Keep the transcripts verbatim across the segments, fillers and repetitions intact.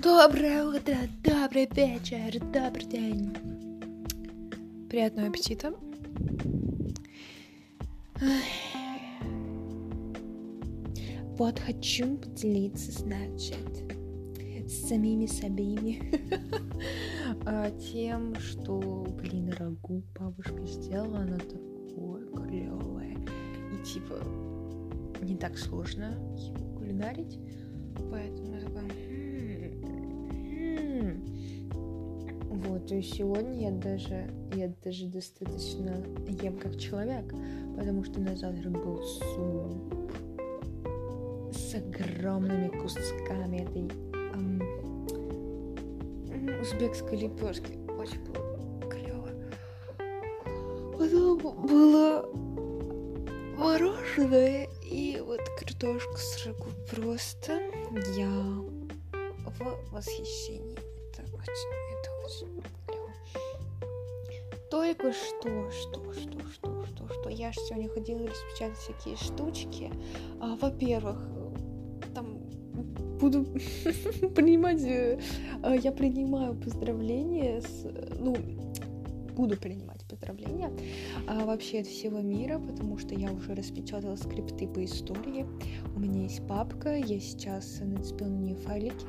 Доброе утро, добрый вечер, добрый день. Приятного аппетита. Вот хочу поделиться, значит, с самими собими тем, что, блин, рагу бабушка сделала, оно такое клевое. И типа не так сложно его кулинарить, поэтому я такая... Вот, и сегодня я даже, я даже достаточно ем как человек, потому что на завтрак был суп с огромными кусками этой эм, узбекской лепешки. Очень было клево. Потом было мороженое и вот картошка с рагу. Просто я в восхищении. Это очень, это очень клево. Только что, что, что, что, что, что. Я же сегодня ходила распечатать всякие штучки. А, во-первых, там буду принимать, я принимаю поздравления, с, ну, буду принимать поздравления а, вообще от всего мира, потому что я уже распечатала скрипты по истории. У меня есть папка, я сейчас нацепила на нее файлики.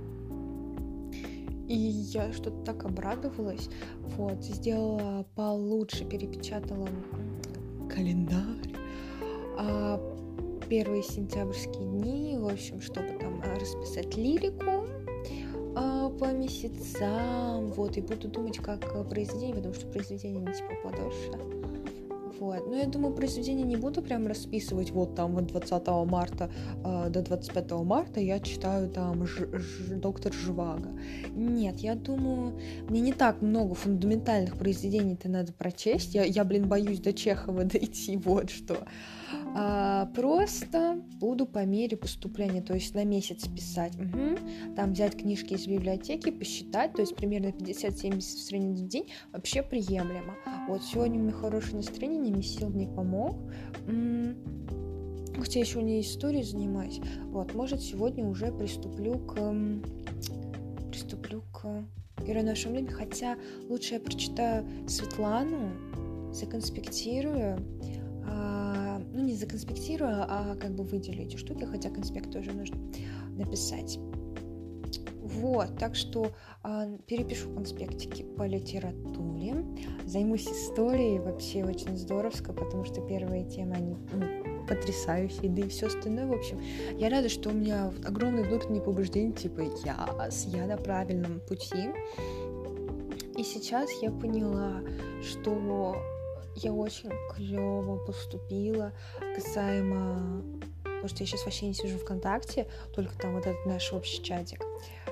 И я что-то так обрадовалась. Вот, сделала получше, перепечатала календарь. А, первые сентябрьские дни, в общем, чтобы там расписать лирику а, по месяцам. Вот, и буду думать, как произведение, потому что произведение не типа подольше. Вот. Но я думаю, произведение не буду прям расписывать вот там вот двадцатого марта э, до двадцать пятого марта я читаю там ж- ж- доктор Живаго. Нет, я думаю, мне не так много фундаментальных произведений-то надо прочесть. Я, я блин, боюсь до Чехова дойти, вот что. А, просто буду по мере поступления, то есть на месяц писать. Угу. Там взять книжки из библиотеки, посчитать, то есть примерно пятьдесят-семьдесят в среднем в день вообще приемлемо. Вот сегодня у меня хорошее настроение, мне сил не помог. М-м- Хотя еще не историей занимаюсь. Вот, может, сегодня уже приступлю к... Приступлю к Герою нашего времени. Хотя лучше я прочитаю Светлану, законспектирую. А, ну, не законспектирую, а как бы выделю эти штуки, хотя конспект тоже нужно написать. Вот, так что э, перепишу конспектики по литературе, займусь историей, вообще очень здоровско, потому что первые темы, они ну, потрясающие, да и все остальное, в общем. Я рада, что у меня огромное внутреннее побуждение, типа, яс, я на правильном пути. И сейчас я поняла, что я очень клево поступила касаемо... Потому что я сейчас вообще не сижу ВКонтакте, только там вот этот наш общий чатик.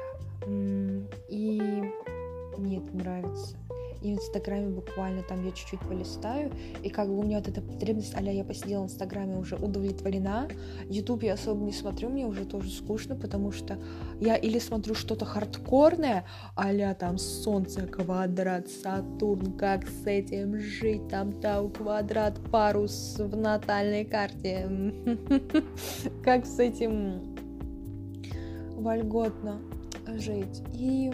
И мне это нравится. И в Инстаграме буквально там я чуть-чуть полистаю, и как бы у меня вот эта потребность, а-ля я посидела в Инстаграме, уже удовлетворена. Ютуб я особо не смотрю, мне уже тоже скучно, потому что я или смотрю что-то хардкорное, а-ля там Солнце, квадрат, Сатурн, как с этим жить, там Тау, квадрат, парус в натальной карте, как с этим вольготно жить. И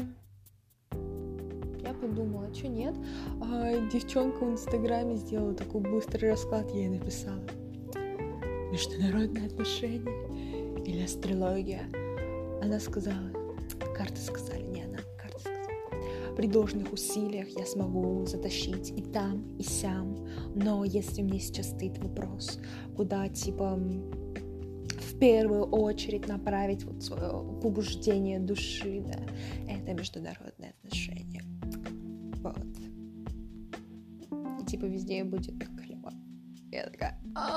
я подумала, что нет. А девчонка в Инстаграме сделала такой быстрый расклад, я ей написала: международные отношения или астрология. Она сказала, карты сказали, не она, карты сказали: при должных усилиях я смогу затащить и там, и сям, но если мне сейчас стоит вопрос, куда типа в первую очередь направить вот свое побуждение души, да, это международные отношения. Вот. И типа везде будет клево. Я такая...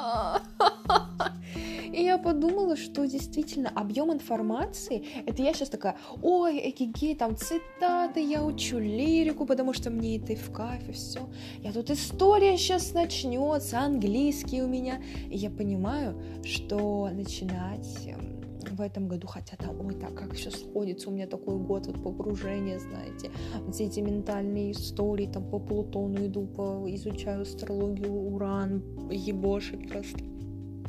И я подумала, что действительно объем информации, это я сейчас такая, ой, эгегей, там цитаты, я учу лирику, потому что мне это и в кайф, и все. Я тут история сейчас начнется, английский у меня. И я понимаю, что начинать в этом году, хотя там, ой, так как все сходится, у меня такой год вот погружения, знаете, вот все эти ментальные истории, там по Плутону иду, по, изучаю астрологию, Уран, ебошит просто.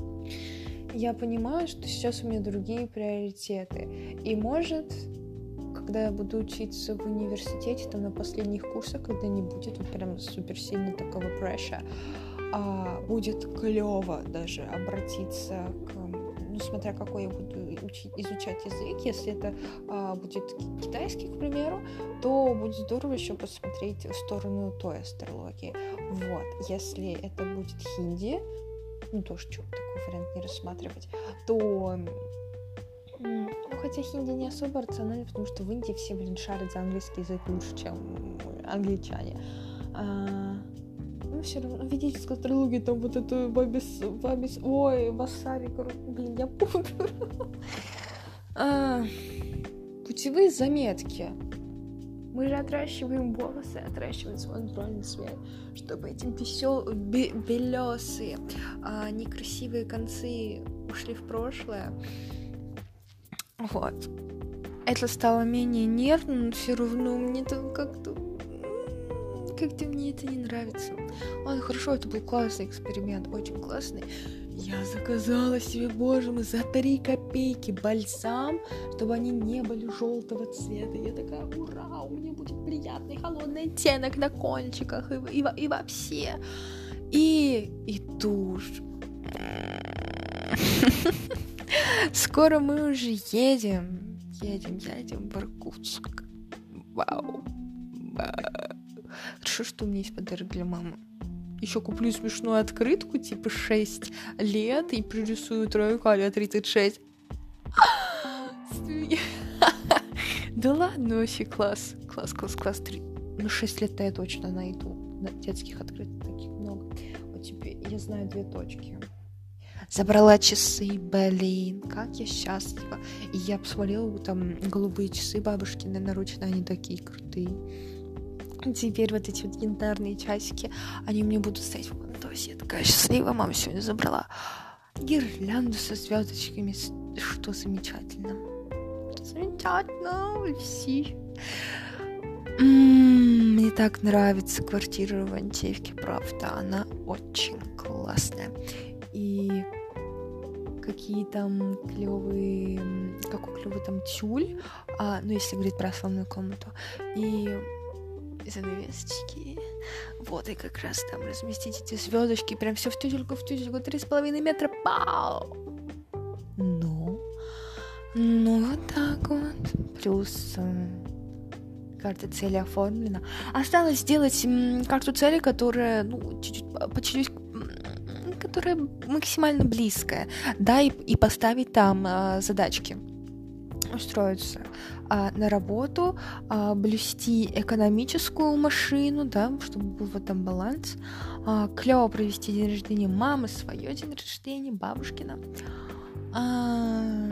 Я понимаю, что сейчас у меня другие приоритеты. И может когда я буду учиться в университете, там на последних курсах, когда не будет вот прям супер сильно такого pressure, а, будет клево даже обратиться к, ну, смотря какой я буду учить, изучать язык, если это а, будет китайский, к примеру, то будет здорово еще посмотреть в сторону той астрологии. Вот, если это будет хинди, ну, тоже что, такой вариант не рассматривать, то, ну, хотя хинди не особо рационально, потому что в Индии все, блин, шарят за английский язык лучше, чем англичане. А, ну, все равно, ведическая астрология, там вот это вабис, вабис, ой, васаби, блин, я путаю. А, путевые заметки. Мы же отращиваем волосы, отращиваем свой натуральный цвет, чтобы эти весел... бе- белесые, а, некрасивые концы ушли в прошлое. Вот. Это стало менее нервно, но все равно мне там как-то... Как-то мне это не нравится. Ладно, хорошо, это был классный эксперимент, очень классный. Я заказала себе, боже мой, за три копейки бальзам, чтобы они не были желтого цвета. Я такая, ура, у меня будет приятный холодный оттенок на кончиках и, и, и вообще. И, и тушь. Скоро мы уже едем. Едем, едем в Иркутск. Вау. Хорошо, что у меня есть подарок для мамы. Еще куплю смешную открытку, типа шесть лет, и пририсую тройку, а тридцать шесть. Да ладно, вообще класс. Класс, класс, класс. Ну, шесть лет-то я точно найду. Детских открыток таких много. Вот теперь я знаю две точки. Забрала часы, блин, как я счастлива. И я посмотрела, там голубые часы бабушкины наручные, они такие крутые. Теперь вот эти вот янтарные часики, они мне будут стоять в пандосе. Я такая счастливая, мама сегодня забрала гирлянду со звездочками. Что замечательно. Что замечательно. Все. М-м, мне так нравится квартира в Антеевке, правда. Она очень классная. И какие там клевые, какой клевый там тюль, а, ну, если говорить про основную комнату. И занавесочки. Вот, и как раз там разместить эти звездочки. Прям все в тюдельку, в тюдельку. Три с половиной метра. Пау! Ну, ну, вот так вот. Плюс э, карта цели оформлена. Осталось сделать м, карту цели, которая, ну, чуть-чуть, по чуть-чуть, которая максимально близкая. Да, и, и поставить там э, задачки. Устроиться а, на работу, а, блюсти экономическую машину, да, чтобы был в этом баланс, а, клево провести день рождения мамы, свое день рождения, бабушкина, а,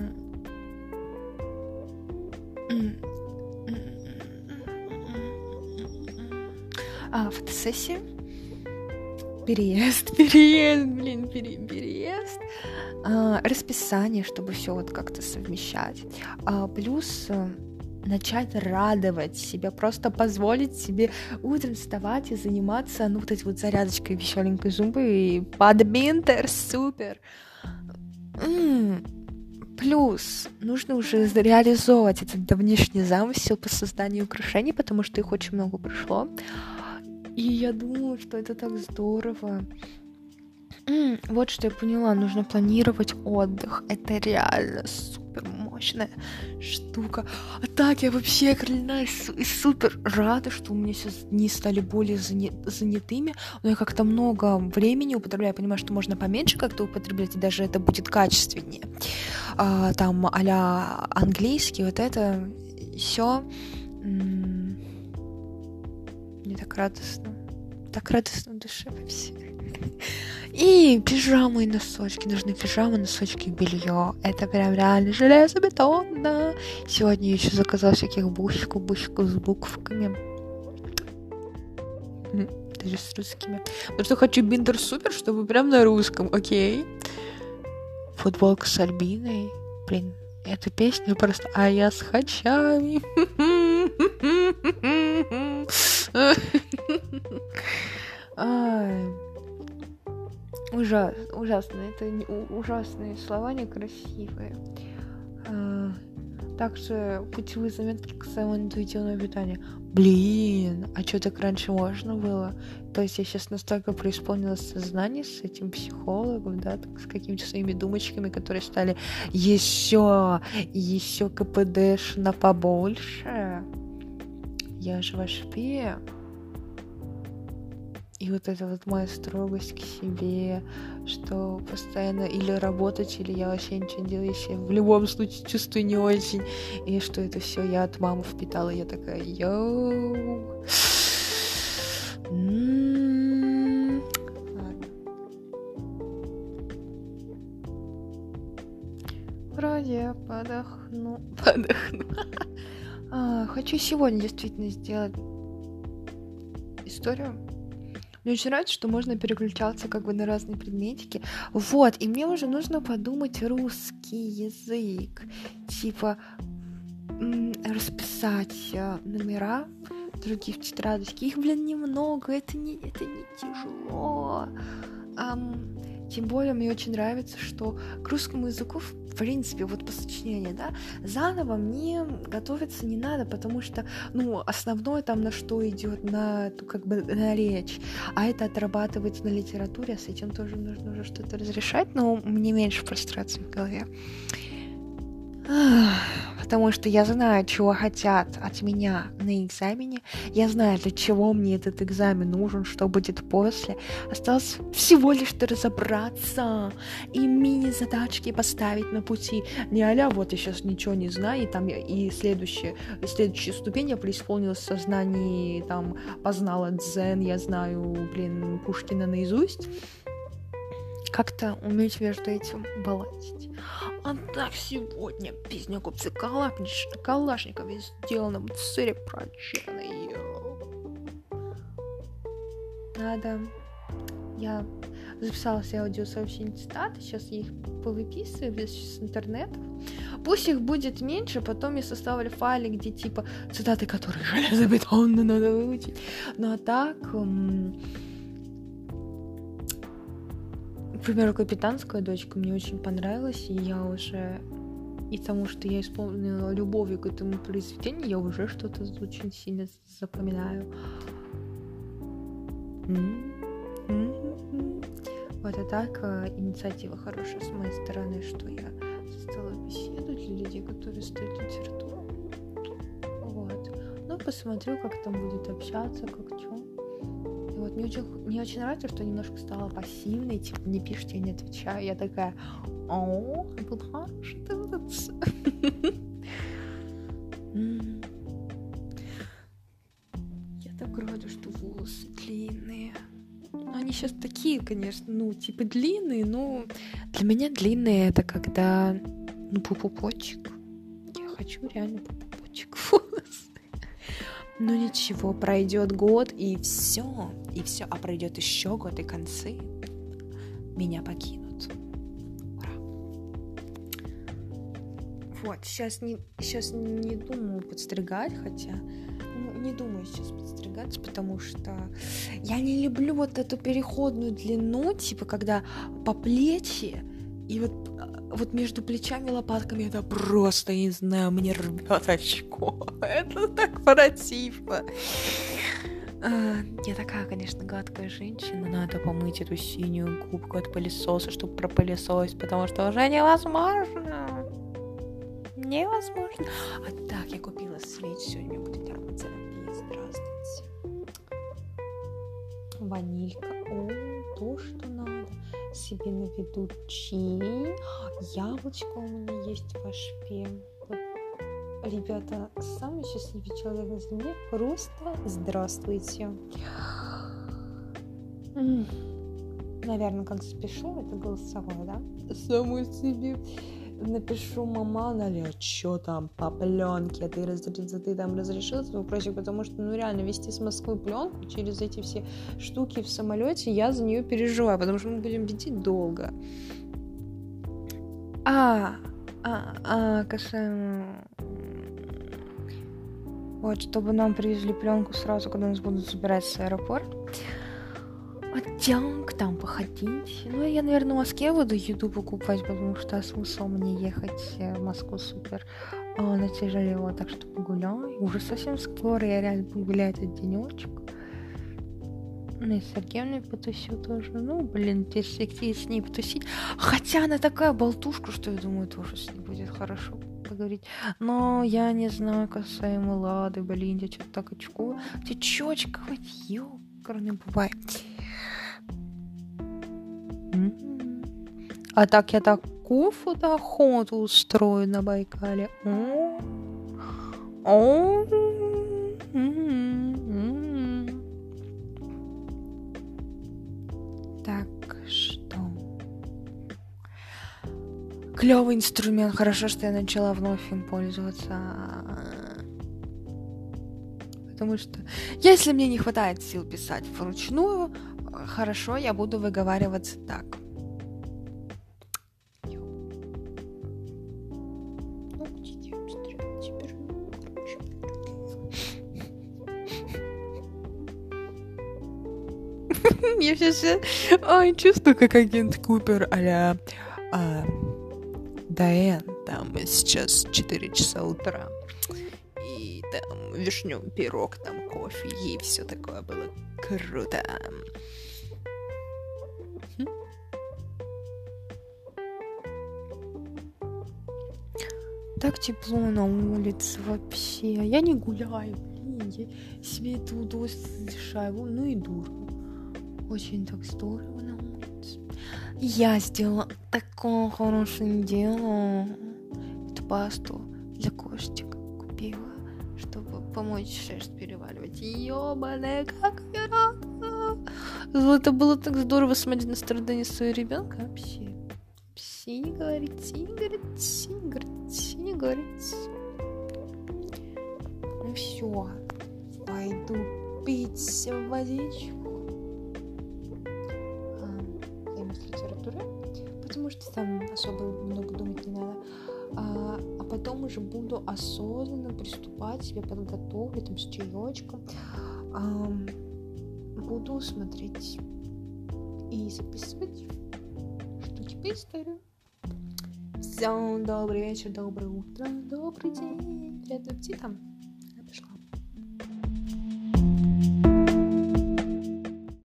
а, фотосессия, переезд, переезд, блин, пере, переезд, а, расписание, чтобы все вот как-то совмещать, а, плюс а, начать радовать себя, просто позволить себе утром вставать и заниматься, ну, вот этой вот зарядочкой веселенькой зумбы, и бадминтон, супер. М-м. Плюс нужно уже реализовывать этот давнишний замысел по созданию украшений, потому что их очень много пришло. И я думаю, что это так здорово. М-м, вот что я поняла, нужно планировать отдых. Это реально супер мощная штука. А так я вообще окрылена и, су- и супер рада, что у меня сейчас дни стали более заня- занятыми. Но я как-то много времени употребляю. Я понимаю, что можно поменьше как-то употреблять, и даже это будет качественнее. А, там а-ля английский, вот это все. М- Мне так радостно. Так радостно в душе вообще. И пижамы и носочки. Нужны пижамы, носочки и белье. Это прям реально железобетонно. Сегодня я еще заказала всяких бусиков, бусиков с буквками. Даже с русскими. Потому что хочу биндер супер, чтобы прям на русском, окей? Футболка с Альбиной. Блин, эту песню просто... А я с хачами. Ай... Ужас, ужасно. Это не, у, ужасные слова, некрасивые. А, Также путевые заметки касаемо интуитивного питания. Блин, а что, так раньше можно было? То есть я сейчас настолько преисполнилась сознание с этим психологом, да, так, с какими-то своими думочками, которые стали еще, еще КПДшно побольше. Я же ваш пе. И вот эта вот моя строгость к себе, что постоянно или работать, или я вообще ничего не делаю, я себя в любом случае чувствую не очень. И что это все я от мамы впитала. Я такая, йоу. М-м-м. Ладно. Вроде я подохну. Подохну. А, хочу сегодня действительно сделать историю. Мне очень нравится, что можно переключаться как бы на разные предметики. Вот, и мне уже нужно подумать русский язык. Типа м- расписать э, номера других тетрадочки. Их, блин, немного, это не, это не тяжело. Ам, тем более мне очень нравится, что к русскому языку, в принципе, вот по сочинению, да, заново мне готовиться не надо, потому что, ну, основное там на что идет, на, как бы, на речь, а это отрабатывается на литературе, а с этим тоже нужно уже что-то разрешать, но мне меньше фрустрации в голове. Потому что я знаю, чего хотят от меня на экзамене. Я знаю, для чего мне этот экзамен нужен, что будет после. Осталось всего лишь разобраться и мини-задачки поставить на пути. Не а-ля, вот я сейчас ничего не знаю, и там я, и следующая, и следующая ступень я преисполнилась в сознании, там, познала дзен, я знаю, блин, Пушкина наизусть. Как-то уметь между этим балансить. А так сегодня песня купцы Калашникова сделана в сыре прочерной. Надо. Я записала все аудиосообщения цитаты, сейчас я их повыписываю с интернета. Пусть их будет меньше, потом я составлю файлы, где типа цитаты, которые железобетонно надо выучить. Ну а так... К примеру, «Капитанская дочка» мне очень понравилась, и я уже... И тому, что я исполнила любовью к этому произведению, я уже что-то очень сильно запоминаю. Вот, а так, инициатива хорошая с моей стороны, что я создала беседу для людей, которые студируют литературу. Вот. Ну, посмотрю, как там будет общаться, как что. Вот, мне очень, мне очень нравится, что немножко стала пассивной, типа, не пишите, я не отвечаю. Я такая, о, куда же ты? Я так рада, что волосы длинные. Они сейчас такие, конечно, ну, типа, длинные, но для меня длинные это когда, ну, пупупочек. Я хочу реально пупупочек волосы. Ну ничего, пройдет год, и все, и все, а пройдет еще год, и концы меня покинут. Ура. Вот, сейчас не, сейчас не думаю подстригать, хотя, ну, не думаю сейчас подстригаться, потому что я не люблю вот эту переходную длину, типа, когда по плечи, и вот Вот между плечами и лопатками это просто, не знаю, мне рвет очко. Это так противно. А, я такая, конечно, гадкая женщина. Надо помыть эту синюю губку от пылесоса, чтобы пропылесосить, потому что уже невозможно. Невозможно. А так, я купила свечи. Сегодня будет ароматерапия. Здравствуйте. Ванилька. О, то, что надо. Себе на виду чай. Яблочко у меня есть в ашпе. Вот, ребята, самый счастливый человек на земле. Просто здравствуйте. М-м. Наверное, как запишу, это голосовое, да? Самую себе напишу: мама, Наля, что там по пленке? Ты, раз... ты там разрешил этот вопросик? Потому что, ну, реально, везти с Москвы пленку через эти все штуки в самолете, я за нее переживаю, потому что мы будем лететь долго. А, а, а, касаемо... Вот, чтобы нам привезли пленку сразу, когда нас будут забирать с аэропорта. отдянг, там походить. Ну, я, наверное, в Москве буду еду покупать, потому что смысл мне ехать в Москву супер а, на тяжело, так что погуляю. Уже совсем скоро я реально буду гулять этот денечек. Ну и с Сергеевной потусю тоже. Ну, блин, в перспективе с ней потусить. Хотя она такая болтушка, что я думаю, тоже с ней будет хорошо поговорить. Но я не знаю касаемо Лады, блин, я что-то так очкую. Ты чё очковать? Ёкарный бывает. А так я такую фотоохоту устрою на Байкале. О, о, так что клевый инструмент. Хорошо, что я начала вновь им пользоваться. Потому что если мне не хватает сил писать вручную, хорошо, я буду выговариваться так. Я сейчас ой, чувствую, как агент Купер а-ля а, Дайан, там сейчас четыре часа утра. И там вишнёвый пирог, там кофе, и все такое было круто. Так тепло на улице вообще. Я не гуляю, блин, я себе это удовольствие лишаю. Ну и дурно. Очень так здорово на улице. Я сделала такое хорошее дело. Эту пасту для кошечек купила, чтобы помочь шерсть переваливать. Ёбаная, как я рада. Это было так здорово смотреть на страдания своего ребенка. Вообще. Вообще не говорить, не говорить, не говорить, не говорить. Ну все, пойду пить водичку. Литературы, потому что там особо много думать не надо, а, а потом уже буду осознанно приступать, себя подготовлю там с чаечком, а, буду смотреть и записывать штуки по истории. Все, добрый вечер, доброе утро, добрый день, приятного аппетита.